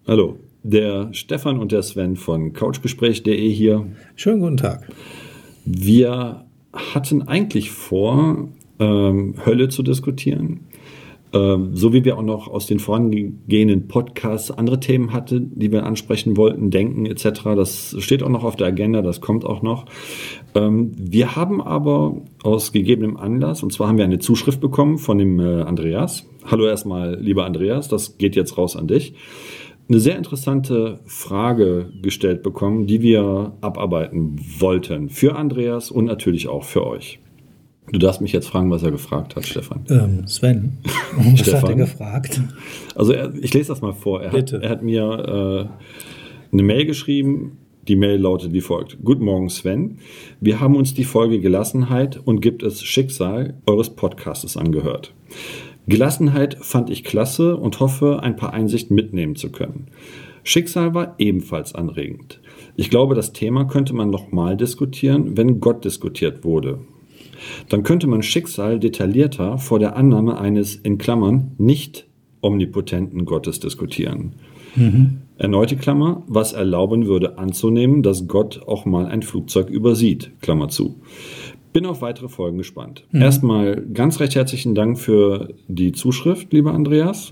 Hallo, der Stefan und der Sven von couchgespräch.de hier. Schönen guten Tag. Wir hatten eigentlich vor, Hölle zu diskutieren, so wie wir auch noch aus den vorangehenden Podcasts andere Themen hatten, die wir ansprechen wollten, Denken etc. Das steht auch noch auf der Agenda, das kommt auch noch. Wir haben aber aus gegebenem Anlass, und zwar haben wir eine Zuschrift bekommen von dem Andreas. Hallo erstmal, lieber Andreas, das geht jetzt raus an dich. Eine sehr interessante Frage gestellt bekommen, die wir abarbeiten wollten. Für Andreas und natürlich auch für euch. Du darfst mich jetzt fragen, was er gefragt hat, Stefan. Sven, was hat er gefragt? Also ich lese das mal vor. Er hat mir eine Mail geschrieben. Die Mail lautet wie folgt. Guten Morgen, Sven. Wir haben uns die Folge Gelassenheit und gibt es Schicksal eures Podcastes angehört. Gelassenheit fand ich klasse und hoffe, ein paar Einsichten mitnehmen zu können. Schicksal war ebenfalls anregend. Ich glaube, das Thema könnte man nochmal diskutieren, wenn Gott diskutiert wurde. Dann könnte man Schicksal detaillierter vor der Annahme eines, in Klammern, nicht omnipotenten Gottes diskutieren. Erneute Klammer, was erlauben würde anzunehmen, dass Gott auch mal ein Flugzeug übersieht, Klammer zu. Bin auf weitere Folgen gespannt. Erstmal ganz recht herzlichen Dank für die Zuschrift, lieber Andreas.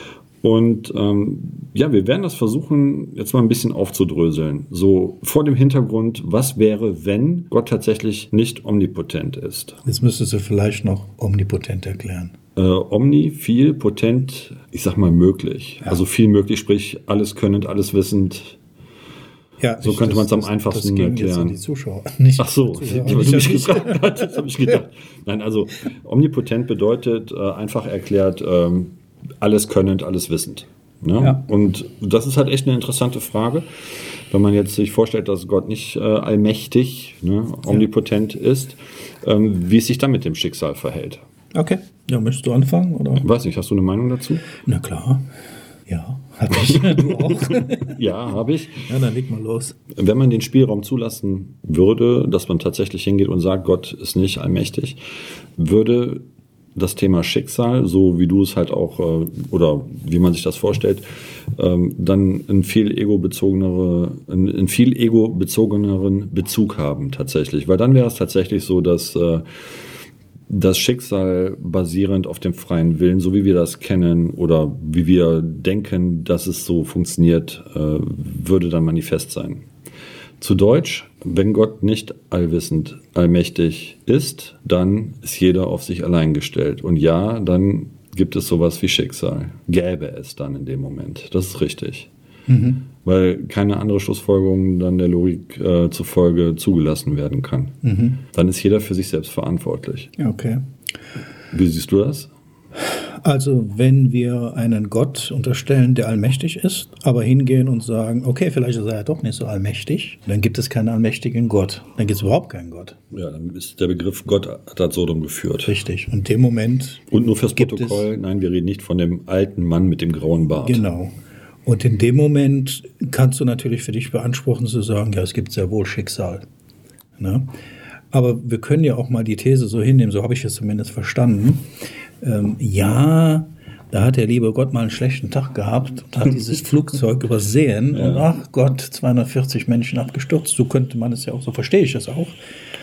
Und wir werden das versuchen, jetzt mal ein bisschen aufzudröseln. So vor dem Hintergrund, was wäre, wenn Gott tatsächlich nicht omnipotent ist? Jetzt müsstest du vielleicht noch omnipotent erklären. Omni, viel, potent, ich sag mal möglich. Ja. Also viel möglich, sprich alles könnend, alles wissend. Ja, so könnte man es am einfachsten erklären. Jetzt an die Zuschauer. Nicht ach so, was du mich gefragt hast, das habe ich gedacht. Nein, also omnipotent bedeutet, einfach erklärt, alles könnend, alles wissend. Ne? Ja. Und das ist halt echt eine interessante Frage, wenn man jetzt sich vorstellt, dass Gott nicht allmächtig, omnipotent ist, wie es sich dann mit dem Schicksal verhält. Okay, ja, möchtest du anfangen? Oder? Weiß nicht, hast du eine Meinung dazu? Na klar. Ja, habe ich. Du auch? Ja, habe ich. Ja, dann leg mal los. Wenn man den Spielraum zulassen würde, dass man tatsächlich hingeht und sagt, Gott ist nicht allmächtig, würde das Thema Schicksal, so wie du es halt auch, oder wie man sich das vorstellt, dann einen viel ego-bezogeneren Bezug haben tatsächlich. Weil dann wäre es tatsächlich so, dass das Schicksal basierend auf dem freien Willen, so wie wir das kennen oder wie wir denken, dass es so funktioniert, würde dann manifest sein. Zu Deutsch, wenn Gott nicht allwissend, allmächtig ist, dann ist jeder auf sich allein gestellt. Und ja, dann gibt es sowas wie Schicksal. Gäbe es dann in dem Moment. Das ist richtig. Weil keine andere Schlussfolgerung dann der Logik zufolge zugelassen werden kann. Dann ist jeder für sich selbst verantwortlich. Okay. Wie siehst du das? Also wenn wir einen Gott unterstellen, der allmächtig ist, aber hingehen und sagen, okay, vielleicht ist er ja doch nicht so allmächtig, dann gibt es keinen allmächtigen Gott. Dann gibt es überhaupt keinen Gott. Ja, dann ist der Begriff Gott ad Sodom geführt. Richtig. Und in dem Moment... Und nur fürs Protokoll, nein, wir reden nicht von dem alten Mann mit dem grauen Bart. Genau. Und in dem Moment kannst du natürlich für dich beanspruchen zu sagen, ja, es gibt sehr wohl Schicksal. Ne? Aber wir können ja auch mal die These so hinnehmen, so habe ich es zumindest verstanden. Ja, da hat der liebe Gott mal einen schlechten Tag gehabt, hat dieses Flugzeug übersehen und ach Gott, 240 Menschen abgestürzt. So könnte man es ja auch, so verstehe ich es auch.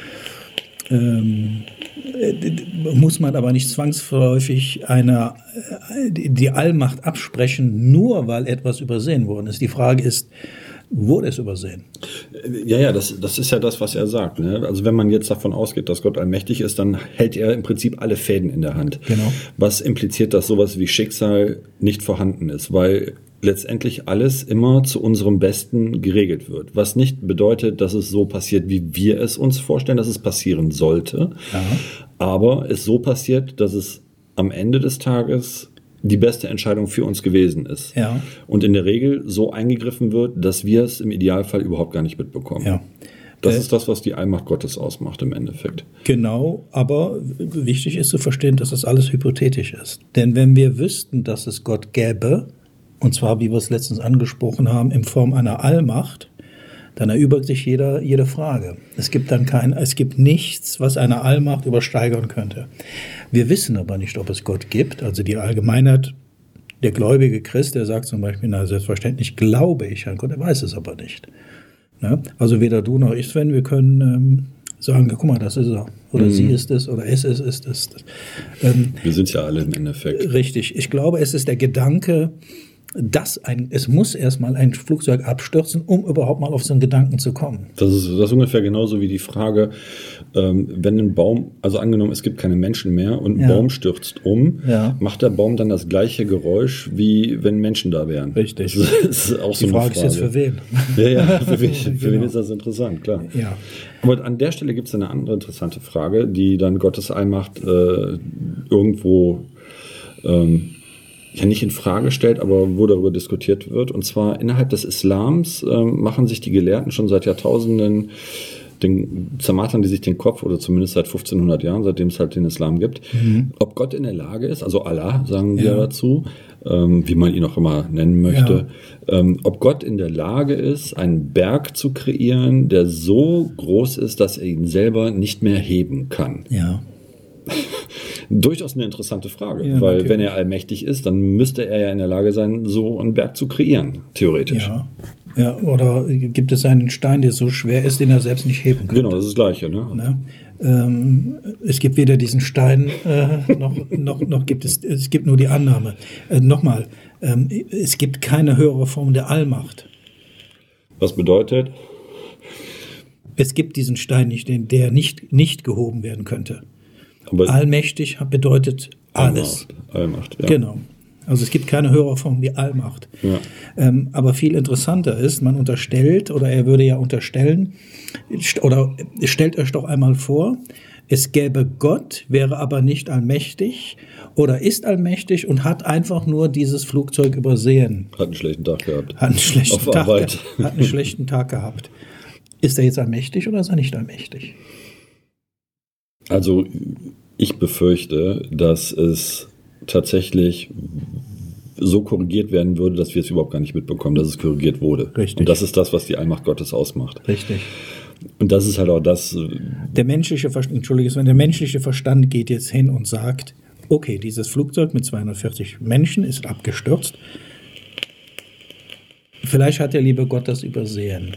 Muss man aber nicht zwangsläufig die Allmacht absprechen, nur weil etwas übersehen worden ist. Die Frage ist, wurde es übersehen? Ja, das ist ja das, was er sagt. Ne? Also wenn man jetzt davon ausgeht, dass Gott allmächtig ist, dann hält er im Prinzip alle Fäden in der Hand. Genau. Was impliziert, dass sowas wie Schicksal nicht vorhanden ist, weil letztendlich alles immer zu unserem Besten geregelt wird. Was nicht bedeutet, dass es so passiert, wie wir es uns vorstellen, dass es passieren sollte. Ja. Aber es so passiert, dass es am Ende des Tages die beste Entscheidung für uns gewesen ist. Ja. Und in der Regel so eingegriffen wird, dass wir es im Idealfall überhaupt gar nicht mitbekommen. Ja. Das ist das, was die Allmacht Gottes ausmacht im Endeffekt. Genau, aber wichtig ist zu verstehen, dass das alles hypothetisch ist. Denn wenn wir wüssten, dass es Gott gäbe, und zwar, wie wir es letztens angesprochen haben, in Form einer Allmacht, dann erübrigt sich jede Frage. Es gibt nichts, was eine Allmacht übersteigern könnte. Wir wissen aber nicht, ob es Gott gibt. Also die Allgemeinheit Der gläubige Christ, der sagt zum Beispiel, na selbstverständlich glaube ich an Gott, er weiß es aber nicht. Ne? Also weder du noch ich, Sven, wir können sagen, guck mal, das ist er. Oder sie ist es, oder es ist es. Wir sind ja alle im Endeffekt. Richtig. Ich glaube, es ist der Gedanke, dass es muss erstmal ein Flugzeug abstürzen, um überhaupt mal auf so einen Gedanken zu kommen. Das ist ungefähr genauso wie die Frage, wenn ein Baum, also angenommen, es gibt keine Menschen mehr und ein Baum stürzt um, macht der Baum dann das gleiche Geräusch, wie wenn Menschen da wären? Richtig. Das ist auch so die Frage eine Frage. Ist jetzt für wen? Ja, für wen ist das interessant, klar. Ja. Aber an der Stelle gibt es eine andere interessante Frage, die dann Gottes Allmacht irgendwo nicht in Frage stellt, aber wo darüber diskutiert wird. Und zwar innerhalb des Islams machen sich die Gelehrten schon seit Jahrtausenden zermartern die sich den Kopf, oder zumindest seit 1500 Jahren, seitdem es halt den Islam gibt, ob Gott in der Lage ist, also Allah sagen wir dazu, wie man ihn auch immer nennen möchte, ob Gott in der Lage ist, einen Berg zu kreieren, der so groß ist, dass er ihn selber nicht mehr heben kann. Ja. Durchaus eine interessante Frage, weil natürlich, wenn er allmächtig ist, dann müsste er ja in der Lage sein, so einen Berg zu kreieren, theoretisch. Ja, oder gibt es einen Stein, der so schwer ist, den er selbst nicht heben könnte? Genau, das ist das Gleiche. Ne? Es gibt weder diesen Stein, noch gibt es gibt nur die Annahme. Nochmal, es gibt keine höhere Form der Allmacht. Was bedeutet? Es gibt diesen Stein nicht, der nicht gehoben werden könnte. Aber allmächtig bedeutet alles. Allmacht, ja. Genau. Also es gibt keine höhere Form wie Allmacht. Ja. Aber viel interessanter ist, man unterstellt, oder er würde ja unterstellen, oder stellt euch doch einmal vor, es gäbe Gott, wäre aber nicht allmächtig oder ist allmächtig und hat einfach nur dieses Flugzeug übersehen. Hat einen schlechten Tag gehabt. Hat einen schlechten Tag gehabt. Ist er jetzt allmächtig oder ist er nicht allmächtig? Also ich befürchte, dass es tatsächlich so korrigiert werden würde, dass wir es überhaupt gar nicht mitbekommen, dass es korrigiert wurde. Richtig. Und das ist das, was die Allmacht Gottes ausmacht. Richtig. Und das ist halt auch das. Der menschliche Verstand geht jetzt hin und sagt, okay, dieses Flugzeug mit 240 Menschen ist abgestürzt. Vielleicht hat der liebe Gott das übersehen.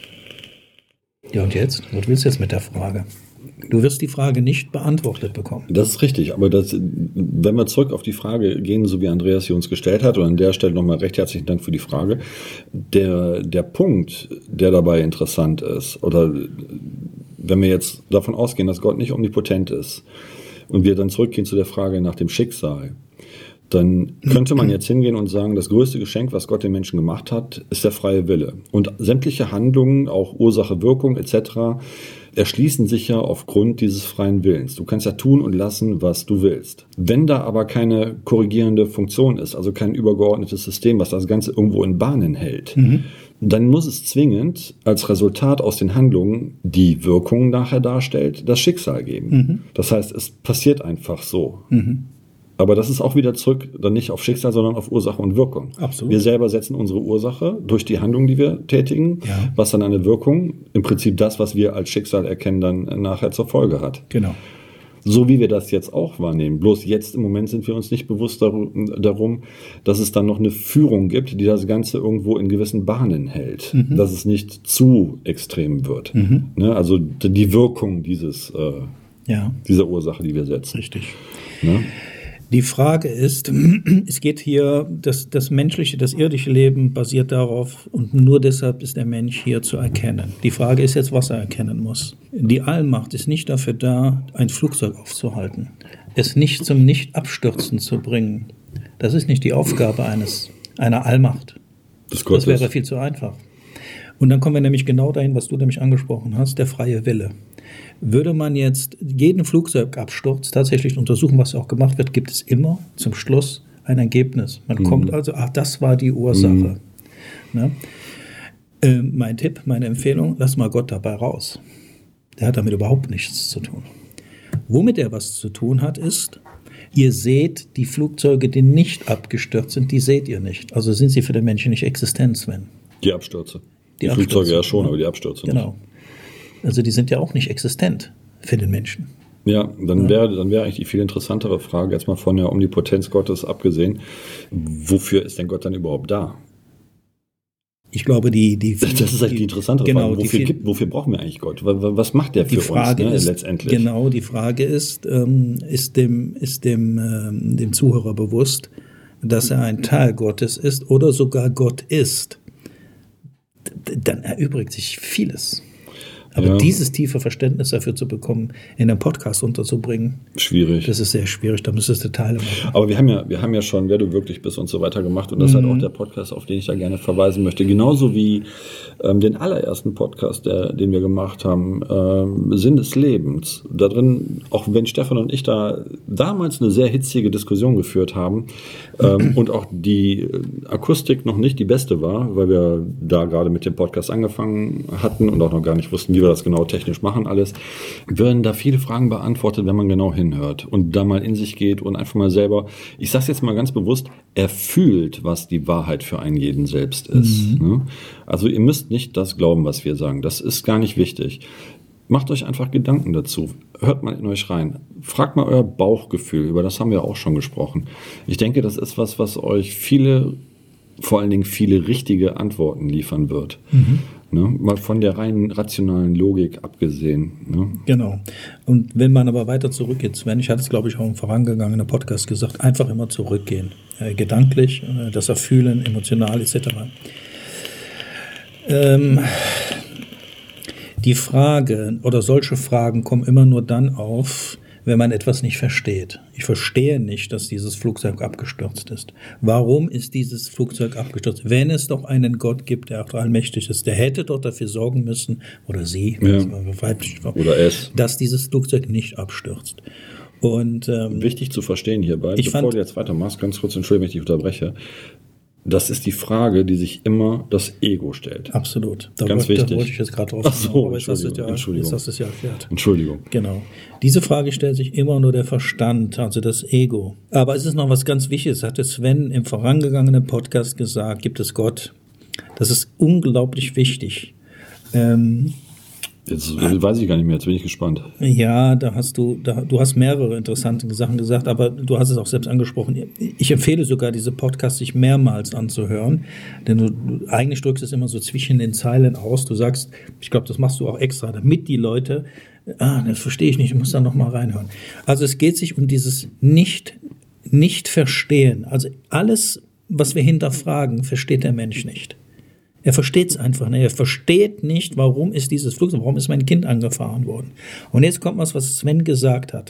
Ja, und jetzt? Was willst du jetzt mit der Frage? Du wirst die Frage nicht beantwortet bekommen. Das ist richtig, aber wenn wir zurück auf die Frage gehen, so wie Andreas sie uns gestellt hat, und an der Stelle nochmal recht herzlichen Dank für die Frage, der Punkt, der dabei interessant ist, oder wenn wir jetzt davon ausgehen, dass Gott nicht omnipotent ist und wir dann zurückgehen zu der Frage nach dem Schicksal, dann könnte man jetzt hingehen und sagen, das größte Geschenk, was Gott den Menschen gemacht hat, ist der freie Wille. Und sämtliche Handlungen, auch Ursache, Wirkung etc., erschließen sich ja aufgrund dieses freien Willens. Du kannst ja tun und lassen, was du willst. Wenn da aber keine korrigierende Funktion ist, also kein übergeordnetes System, was das Ganze irgendwo in Bahnen hält, dann muss es zwingend als Resultat aus den Handlungen, die Wirkung nachher darstellt, das Schicksal geben. Das heißt, es passiert einfach so. Aber das ist auch wieder zurück, dann nicht auf Schicksal, sondern auf Ursache und Wirkung. Absolut. Wir selber setzen unsere Ursache durch die Handlung, die wir tätigen, was dann eine Wirkung, im Prinzip das, was wir als Schicksal erkennen, dann nachher zur Folge hat. Genau. So wie wir das jetzt auch wahrnehmen. Bloß jetzt im Moment sind wir uns nicht bewusst darum, dass es dann noch eine Führung gibt, die das Ganze irgendwo in gewissen Bahnen hält. Dass es nicht zu extrem wird. Ne? Also die Wirkung dieser Ursache, die wir setzen. Richtig. Ne? Die Frage ist, es geht hier, das menschliche, das irdische Leben basiert darauf und nur deshalb ist der Mensch hier zu erkennen. Die Frage ist jetzt, was er erkennen muss. Die Allmacht ist nicht dafür da, ein Flugzeug aufzuhalten, es nicht zum Nicht-Abstürzen zu bringen. Das ist nicht die Aufgabe einer Allmacht. Das wäre viel zu einfach. Und dann kommen wir nämlich genau dahin, was du nämlich angesprochen hast, der freie Wille. Würde man jetzt jeden Flugzeugabsturz tatsächlich untersuchen, was auch gemacht wird, gibt es immer zum Schluss ein Ergebnis. Man kommt also, das war die Ursache. Ne? Mein Tipp, meine Empfehlung, lass mal Gott dabei raus. Der hat damit überhaupt nichts zu tun. Womit er was zu tun hat, ist, ihr seht die Flugzeuge, die nicht abgestürzt sind, die seht ihr nicht. Also sind sie für den Menschen nicht existent, Sven. Die Abstürze. Die Flugzeuge ja schon, aber die Abstürze nicht. Genau. Also die sind ja auch nicht existent für den Menschen. Ja, dann wäre eigentlich die viel interessantere Frage, jetzt mal von der Omnipotenz Gottes abgesehen, wofür ist denn Gott dann überhaupt da? Ich glaube, das ist eigentlich die interessantere Frage. Wofür brauchen wir eigentlich Gott? Was macht der für uns letztendlich? Genau, die Frage ist dem Zuhörer bewusst, dass er ein Teil Gottes ist oder sogar Gott ist? Dann erübrigt sich vieles. Aber dieses tiefe Verständnis dafür zu bekommen, in einem Podcast unterzubringen, schwierig. Das ist sehr schwierig, da müsstest du Teile machen. Aber wir haben ja schon, wer du wirklich bist und so weiter gemacht. Und das ist halt auch der Podcast, auf den ich da gerne verweisen möchte. Genauso wie den allerersten Podcast, den wir gemacht haben, Sinn des Lebens. Da drin, auch wenn Stefan und ich da damals eine sehr hitzige Diskussion geführt haben und auch die Akustik noch nicht die beste war, weil wir da gerade mit dem Podcast angefangen hatten und auch noch gar nicht wussten, wie wir das genau technisch machen alles, werden da viele Fragen beantwortet, wenn man genau hinhört und da mal in sich geht und einfach mal selber, ich sage es jetzt mal ganz bewusst, erfühlt, was die Wahrheit für einen jeden selbst ist. Ne? Also ihr müsst nicht das glauben, was wir sagen. Das ist gar nicht wichtig. Macht euch einfach Gedanken dazu. Hört mal in euch rein. Fragt mal euer Bauchgefühl. Über das haben wir auch schon gesprochen. Ich denke, das ist was euch vor allen Dingen viele richtige Antworten liefern wird. Ne? Mal von der rein rationalen Logik abgesehen. Ne? Genau. Und wenn man aber weiter zurückgeht, Sven, ich hatte es, glaube ich, auch im vorangegangenen Podcast gesagt, einfach immer zurückgehen. Gedanklich, das Erfühlen, emotional etc. Die Frage oder solche Fragen kommen immer nur dann auf, wenn man etwas nicht versteht. Ich verstehe nicht, dass dieses Flugzeug abgestürzt ist. Warum ist dieses Flugzeug abgestürzt? Wenn es doch einen Gott gibt, der auch allmächtig ist, der hätte doch dafür sorgen müssen, oder sie, oder es, dass dieses Flugzeug nicht abstürzt. Und wichtig zu verstehen hierbei, bevor du jetzt weitermachst, ganz kurz, entschuldige, wenn ich dich unterbreche, das ist die Frage, die sich immer das Ego stellt. Absolut. Ganz wichtig. Da wollte ich jetzt gerade drauf. Ach so, Entschuldigung. Jetzt hast du es ja erklärt. Entschuldigung. Genau. Diese Frage stellt sich immer nur der Verstand, also das Ego. Aber es ist noch was ganz Wichtiges, hatte Sven im vorangegangenen Podcast gesagt, gibt es Gott. Das ist unglaublich wichtig. Jetzt weiß ich gar nicht mehr, jetzt bin ich gespannt. Ja, du hast mehrere interessante Sachen gesagt, aber du hast es auch selbst angesprochen. Ich empfehle sogar, diese Podcasts sich mehrmals anzuhören, denn du eigentlich drückst es immer so zwischen den Zeilen aus. Du sagst, ich glaube, das machst du auch extra, damit die Leute, das verstehe ich nicht, ich muss da nochmal reinhören. Also es geht sich um dieses Nicht-Verstehen. Also alles, was wir hinterfragen, versteht der Mensch nicht. Er versteht es einfach nicht. Er versteht nicht, warum ist dieses Flugzeug, warum ist mein Kind angefahren worden. Und jetzt kommt was Sven gesagt hat.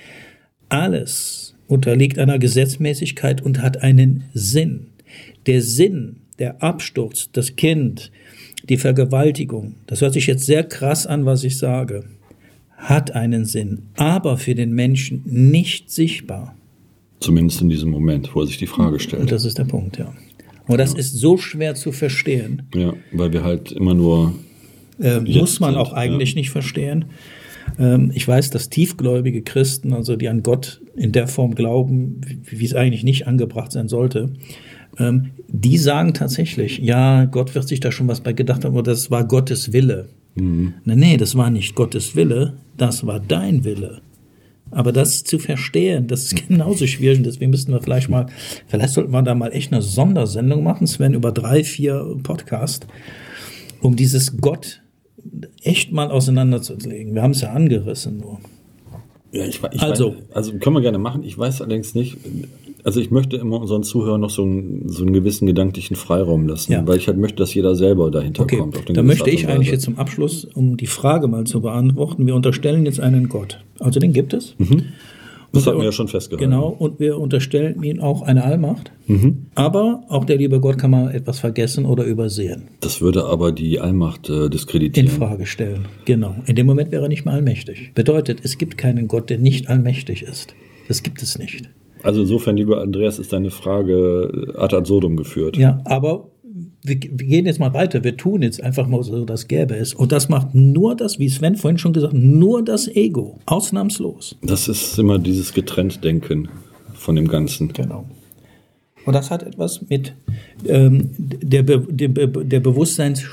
Alles unterliegt einer Gesetzmäßigkeit und hat einen Sinn. Der Sinn, der Absturz, das Kind, die Vergewaltigung, das hört sich jetzt sehr krass an, was ich sage, hat einen Sinn, aber für den Menschen nicht sichtbar. Zumindest in diesem Moment, wo er sich die Frage stellt. Und das ist der Punkt, ja. Und das ist so schwer zu verstehen. Ja, weil wir halt immer nur muss man auch eigentlich nicht verstehen. Ich weiß, dass tiefgläubige Christen, also die an Gott in der Form glauben, wie es eigentlich nicht angebracht sein sollte, die sagen tatsächlich, ja, Gott wird sich da schon was bei gedacht haben, aber das war Gottes Wille. Nee, das war nicht Gottes Wille, das war dein Wille. Aber das zu verstehen, das ist genauso schwierig. Und deswegen müssten wir vielleicht sollten wir da mal echt eine Sondersendung machen, Sven, über 3-4 Podcasts, um dieses Gott echt mal auseinanderzulegen. Wir haben es ja angerissen nur. Ja, also können wir gerne machen. Ich weiß allerdings nicht, also ich möchte immer unseren Zuhörern noch so einen gewissen gedanklichen Freiraum lassen, weil ich halt möchte, dass jeder selber dahinter kommt. Da möchte ich eigentlich jetzt zum Abschluss, um die Frage mal zu beantworten, wir unterstellen jetzt einen Gott. Also den gibt es. Das hatten wir ja schon festgehalten. Genau, und wir unterstellen ihm auch eine Allmacht. Aber auch der liebe Gott kann mal etwas vergessen oder übersehen. Das würde aber die Allmacht diskreditieren. In Frage stellen, genau. In dem Moment wäre er nicht mehr allmächtig. Bedeutet, es gibt keinen Gott, der nicht allmächtig ist. Das gibt es nicht. Also insofern, lieber Andreas, ist deine Frage ad absurdum geführt. Ja, aber wir gehen jetzt mal weiter. Wir tun jetzt einfach mal so, dass gäbe es. Und das macht nur das, wie Sven vorhin schon gesagt hat, nur das Ego. Ausnahmslos. Das ist immer dieses Getrenntdenken von dem Ganzen. Genau. Und das hat etwas mit der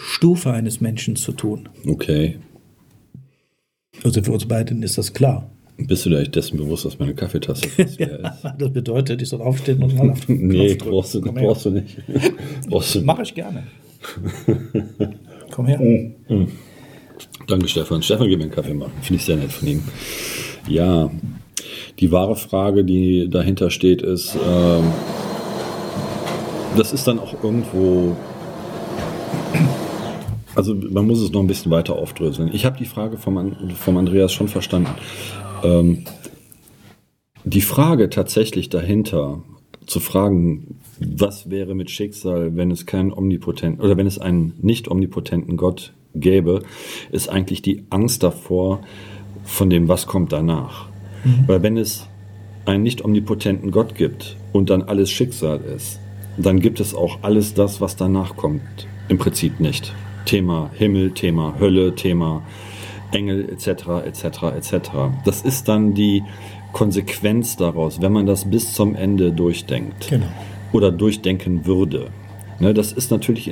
Bewusstseinsstufe eines Menschen zu tun. Okay. Also für uns beiden ist das klar. Bist du dir eigentlich dessen bewusst, dass meine Kaffeetasse fast leer ist? Das bedeutet, ich soll aufstehen und mal auf den Nee, Knopf drücken. brauchst du nicht. Mache ich gerne. Komm her. Danke, Stefan. Stefan, gib mir einen Kaffee machen. Finde ich sehr nett von ihm. Ja, die wahre Frage, die dahinter steht, ist, das ist dann auch irgendwo, also man muss es noch ein bisschen weiter aufdröseln. Ich habe die Frage vom Andreas schon verstanden. Die Frage tatsächlich dahinter, zu fragen, was wäre mit Schicksal, wenn es keinen omnipotenten oder wenn es einen nicht omnipotenten Gott gäbe, ist eigentlich die Angst davor, von dem, was kommt danach. Weil wenn es einen nicht omnipotenten Gott gibt und dann alles Schicksal ist, dann gibt es auch alles das, was danach kommt, im Prinzip nicht. Thema Himmel, Thema Hölle, Thema Engel etc. etc. etc. Das ist dann die Konsequenz daraus, wenn man das bis zum Ende durchdenkt oder durchdenken würde. Ne, das ist natürlich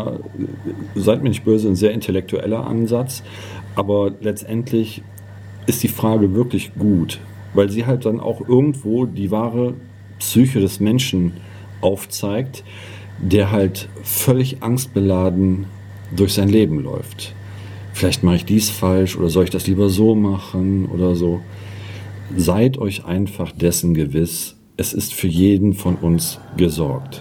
seid mir nicht böse, ein sehr intellektueller Ansatz, aber letztendlich ist die Frage wirklich gut, weil sie halt dann auch irgendwo die wahre Psyche des Menschen aufzeigt, der halt völlig angstbeladen durch sein Leben läuft. Vielleicht mache ich dies falsch oder soll ich das lieber so machen oder so. Seid euch einfach dessen gewiss, es ist für jeden von uns gesorgt.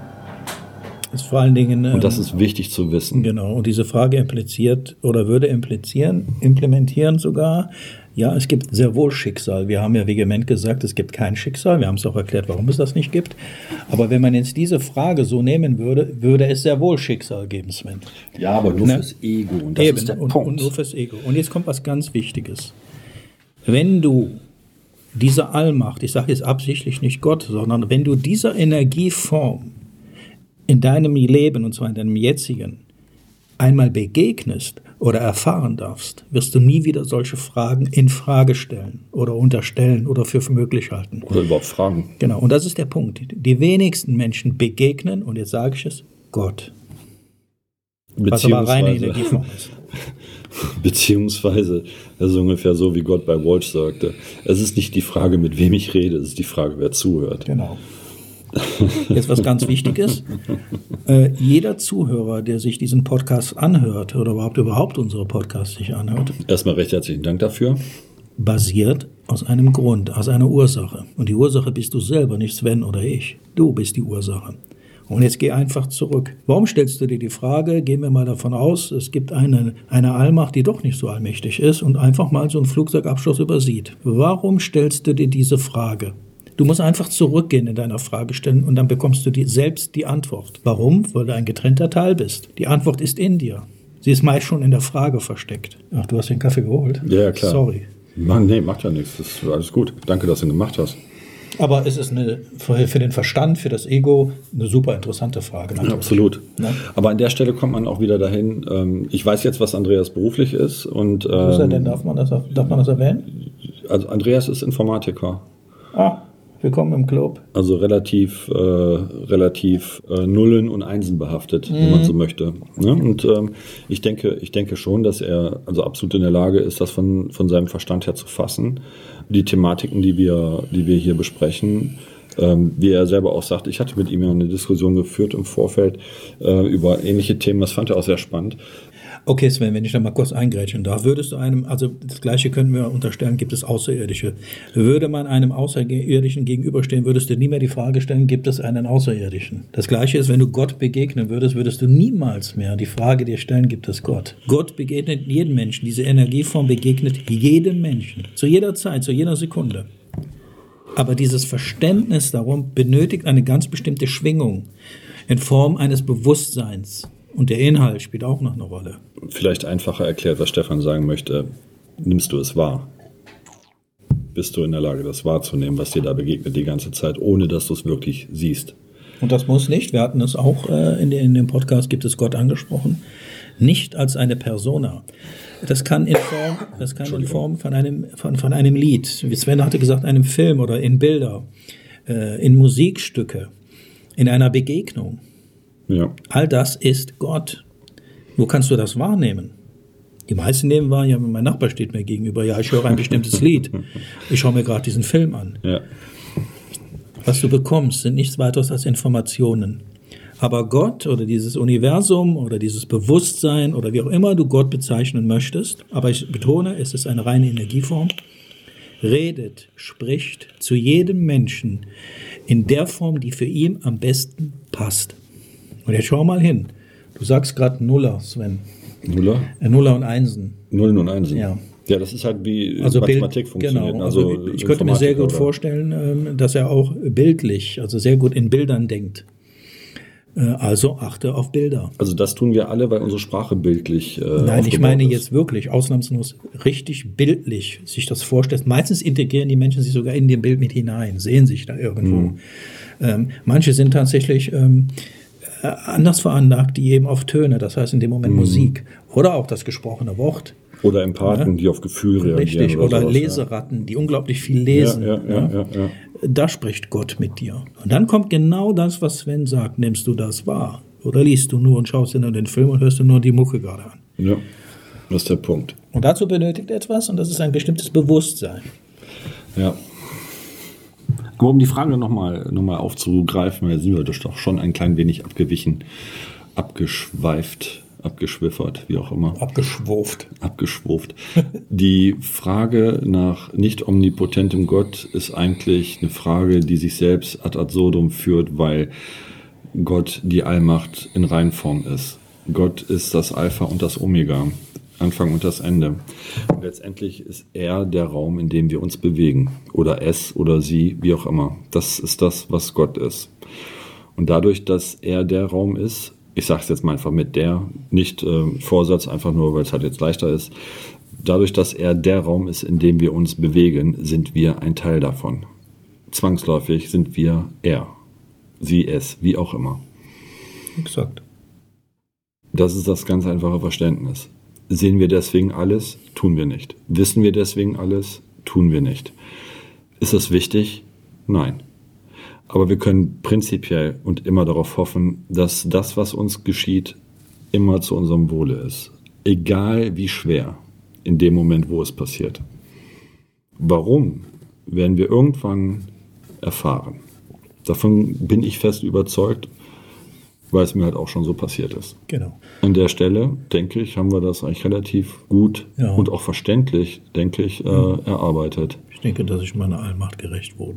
Das ist vor allen Dingen, und das ist wichtig zu wissen. Genau, und diese Frage impliziert oder würde implementieren sogar, ja, es gibt sehr wohl Schicksal. Wir haben ja vehement gesagt, es gibt kein Schicksal. Wir haben es auch erklärt, warum es das nicht gibt. Aber wenn man jetzt diese Frage so nehmen würde, würde es sehr wohl Schicksal geben, Sven. Ja, aber nur fürs Ego. Und das ist der Punkt. Und nur fürs Ego. Und jetzt kommt was ganz Wichtiges. Wenn du diese Allmacht, ich sage jetzt absichtlich nicht Gott, sondern wenn du dieser Energieform in deinem Leben, und zwar in deinem jetzigen, einmal begegnest oder erfahren darfst, wirst du nie wieder solche Fragen in Frage stellen oder unterstellen oder für möglich halten. Oder überhaupt fragen. Genau, und das ist der Punkt. Die wenigsten Menschen begegnen, und jetzt sage ich es, Gott. Was aber reine Energieform ist. Beziehungsweise, das ist ungefähr so, wie Gott bei Walsh sagte, es ist nicht die Frage, mit wem ich rede, es ist die Frage, wer zuhört. Genau. Jetzt was ganz Wichtiges. Jeder Zuhörer, der sich diesen Podcast anhört oder überhaupt unsere Podcasts sich anhört. Erstmal recht herzlichen Dank dafür. Basiert aus einem Grund, aus einer Ursache. Und die Ursache bist du selber, nicht Sven oder ich. Du bist die Ursache. Und jetzt geh einfach zurück. Warum stellst du dir die Frage, gehen wir mal davon aus, es gibt eine Allmacht, die doch nicht so allmächtig ist und einfach mal so einen Flugzeugabsturz übersieht. Warum stellst du dir diese Frage? Du musst einfach zurückgehen in deiner Fragestellung und dann bekommst du selbst die Antwort. Warum? Weil du ein getrennter Teil bist. Die Antwort ist in dir. Sie ist meist schon in der Frage versteckt. Ach, du hast den Kaffee geholt? Ja, klar. Sorry. Nee, macht ja nichts. Das ist alles gut. Danke, dass du ihn gemacht hast. Aber es ist für den Verstand, für das Ego, eine super interessante Frage. Ja, absolut. Ja? Aber an der Stelle kommt man auch wieder dahin. Ich weiß jetzt, was Andreas beruflich ist. Und, was ist er denn? Darf man das erwähnen? Also Andreas ist Informatiker. Willkommen im Club. Also relativ Nullen und Einsen behaftet, wenn man so möchte. Ja, und ich denke schon, dass er also absolut in der Lage ist, das von seinem Verstand her zu fassen. Die Thematiken, die wir hier besprechen, wie er selber auch sagt, ich hatte mit ihm ja eine Diskussion geführt im Vorfeld über ähnliche Themen. Das fand er auch sehr spannend. Okay, Sven, wenn ich da mal kurz eingrätschen darf, würdest du also das Gleiche könnten wir unterstellen, gibt es Außerirdische. Würde man einem Außerirdischen gegenüberstehen, würdest du nie mehr die Frage stellen, gibt es einen Außerirdischen? Das Gleiche ist, wenn du Gott begegnen würdest, würdest du niemals mehr die Frage dir stellen, gibt es Gott? Gott begegnet jedem Menschen, diese Energieform begegnet jedem Menschen, zu jeder Zeit, zu jeder Sekunde. Aber dieses Verständnis darum benötigt eine ganz bestimmte Schwingung in Form eines Bewusstseins. Und der Inhalt spielt auch noch eine Rolle. Vielleicht einfacher erklärt, was Stefan sagen möchte. Nimmst du es wahr? Bist du in der Lage, das wahrzunehmen, was dir da begegnet die ganze Zeit, ohne dass du es wirklich siehst? Und das muss nicht, wir hatten es auch in dem Podcast, gibt es Gott angesprochen, nicht als eine Persona. Das kann in Form von einem Lied, wie Sven hatte gesagt, einem Film oder in Bilder, in Musikstücke, in einer Begegnung. Ja. All das ist Gott. Wo kannst du das wahrnehmen? Die meisten nehmen waren, ja, mein Nachbar steht mir gegenüber, ja, ich höre ein bestimmtes Lied. Ich schaue mir gerade diesen Film an. Ja. Was du bekommst, sind nichts weiteres als Informationen. Aber Gott oder dieses Universum oder dieses Bewusstsein oder wie auch immer du Gott bezeichnen möchtest, aber ich betone, es ist eine reine Energieform, redet, spricht zu jedem Menschen in der Form, die für ihn am besten passt. Und jetzt schau mal hin. Du sagst gerade Nuller, Sven. Nuller? Nuller und Einsen. Nullen und Einsen. Ja. Ja, das ist halt wie also Mathematik funktioniert. Genau. Also ich könnte mir sehr gut vorstellen, dass er auch bildlich, also sehr gut in Bildern denkt. Also achte auf Bilder. Also das tun wir alle, weil unsere Sprache bildlich Nein, ich meine jetzt wirklich ausnahmslos richtig bildlich sich das vorstellt. Meistens integrieren die Menschen sich sogar in dem Bild mit hinein, sehen sich da irgendwo. Manche sind tatsächlich anders veranlagt, die eben auf Töne, das heißt in dem Moment Musik oder auch das gesprochene Wort. Oder Empathen, die auf Gefühl reagieren. Richtig, oder sowas, Leseratten, die unglaublich viel lesen. Ja. Da spricht Gott mit dir. Und dann kommt genau das, was Sven sagt. Nimmst du das wahr? Oder liest du nur und schaust dir nur den Film und hörst du nur die Mucke gerade an? Ja, das ist der Punkt. Und dazu benötigt etwas und das ist ein bestimmtes Bewusstsein. Ja. Aber um die Frage nochmal aufzugreifen, da sind wir doch schon ein klein wenig abgeschwiffert, wie auch immer. Abgeschwurft. Die Frage nach nicht omnipotentem Gott ist eigentlich eine Frage, die sich selbst ad absurdum führt, weil Gott die Allmacht in Reinform ist. Gott ist das Alpha und das Omega, Anfang und das Ende. Und letztendlich ist er der Raum, in dem wir uns bewegen. Oder es oder sie, wie auch immer. Das ist das, was Gott ist. Und dadurch, dass er der Raum ist, ich sage es jetzt mal einfach mit der, nicht Vorsatz, einfach nur, weil es halt jetzt leichter ist. Dadurch, dass er der Raum ist, in dem wir uns bewegen, sind wir ein Teil davon. Zwangsläufig sind wir er, sie, es, wie auch immer. Exakt. Das ist das ganz einfache Verständnis. Sehen wir deswegen alles? Tun wir nicht. Wissen wir deswegen alles? Tun wir nicht. Ist das wichtig? Nein. Aber wir können prinzipiell und immer darauf hoffen, dass das, was uns geschieht, immer zu unserem Wohle ist. Egal wie schwer, in dem Moment, wo es passiert. Warum, werden wir irgendwann erfahren. Davon bin ich fest überzeugt, weil es mir halt auch schon so passiert ist. Genau. An der Stelle, denke ich, haben wir das eigentlich relativ gut und auch verständlich, denke ich, erarbeitet. Ich denke, dass ich meiner Allmacht gerecht wurde.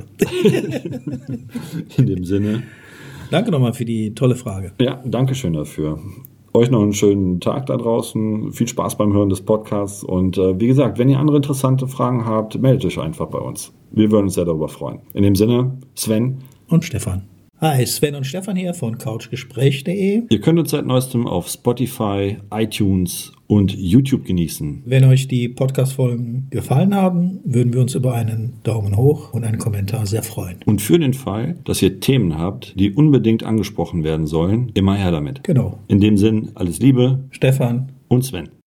In dem Sinne. Danke nochmal für die tolle Frage. Ja, danke schön dafür. Euch noch einen schönen Tag da draußen. Viel Spaß beim Hören des Podcasts. Und wie gesagt, wenn ihr andere interessante Fragen habt, meldet euch einfach bei uns. Wir würden uns sehr darüber freuen. In dem Sinne, Sven und Stefan. Hi, Sven und Stefan hier von couchgespräch.de. Ihr könnt uns seit neuestem auf Spotify, iTunes und YouTube genießen. Wenn euch die Podcast-Folgen gefallen haben, würden wir uns über einen Daumen hoch und einen Kommentar sehr freuen. Und für den Fall, dass ihr Themen habt, die unbedingt angesprochen werden sollen, immer her damit. Genau. In dem Sinn, alles Liebe, Stefan und Sven.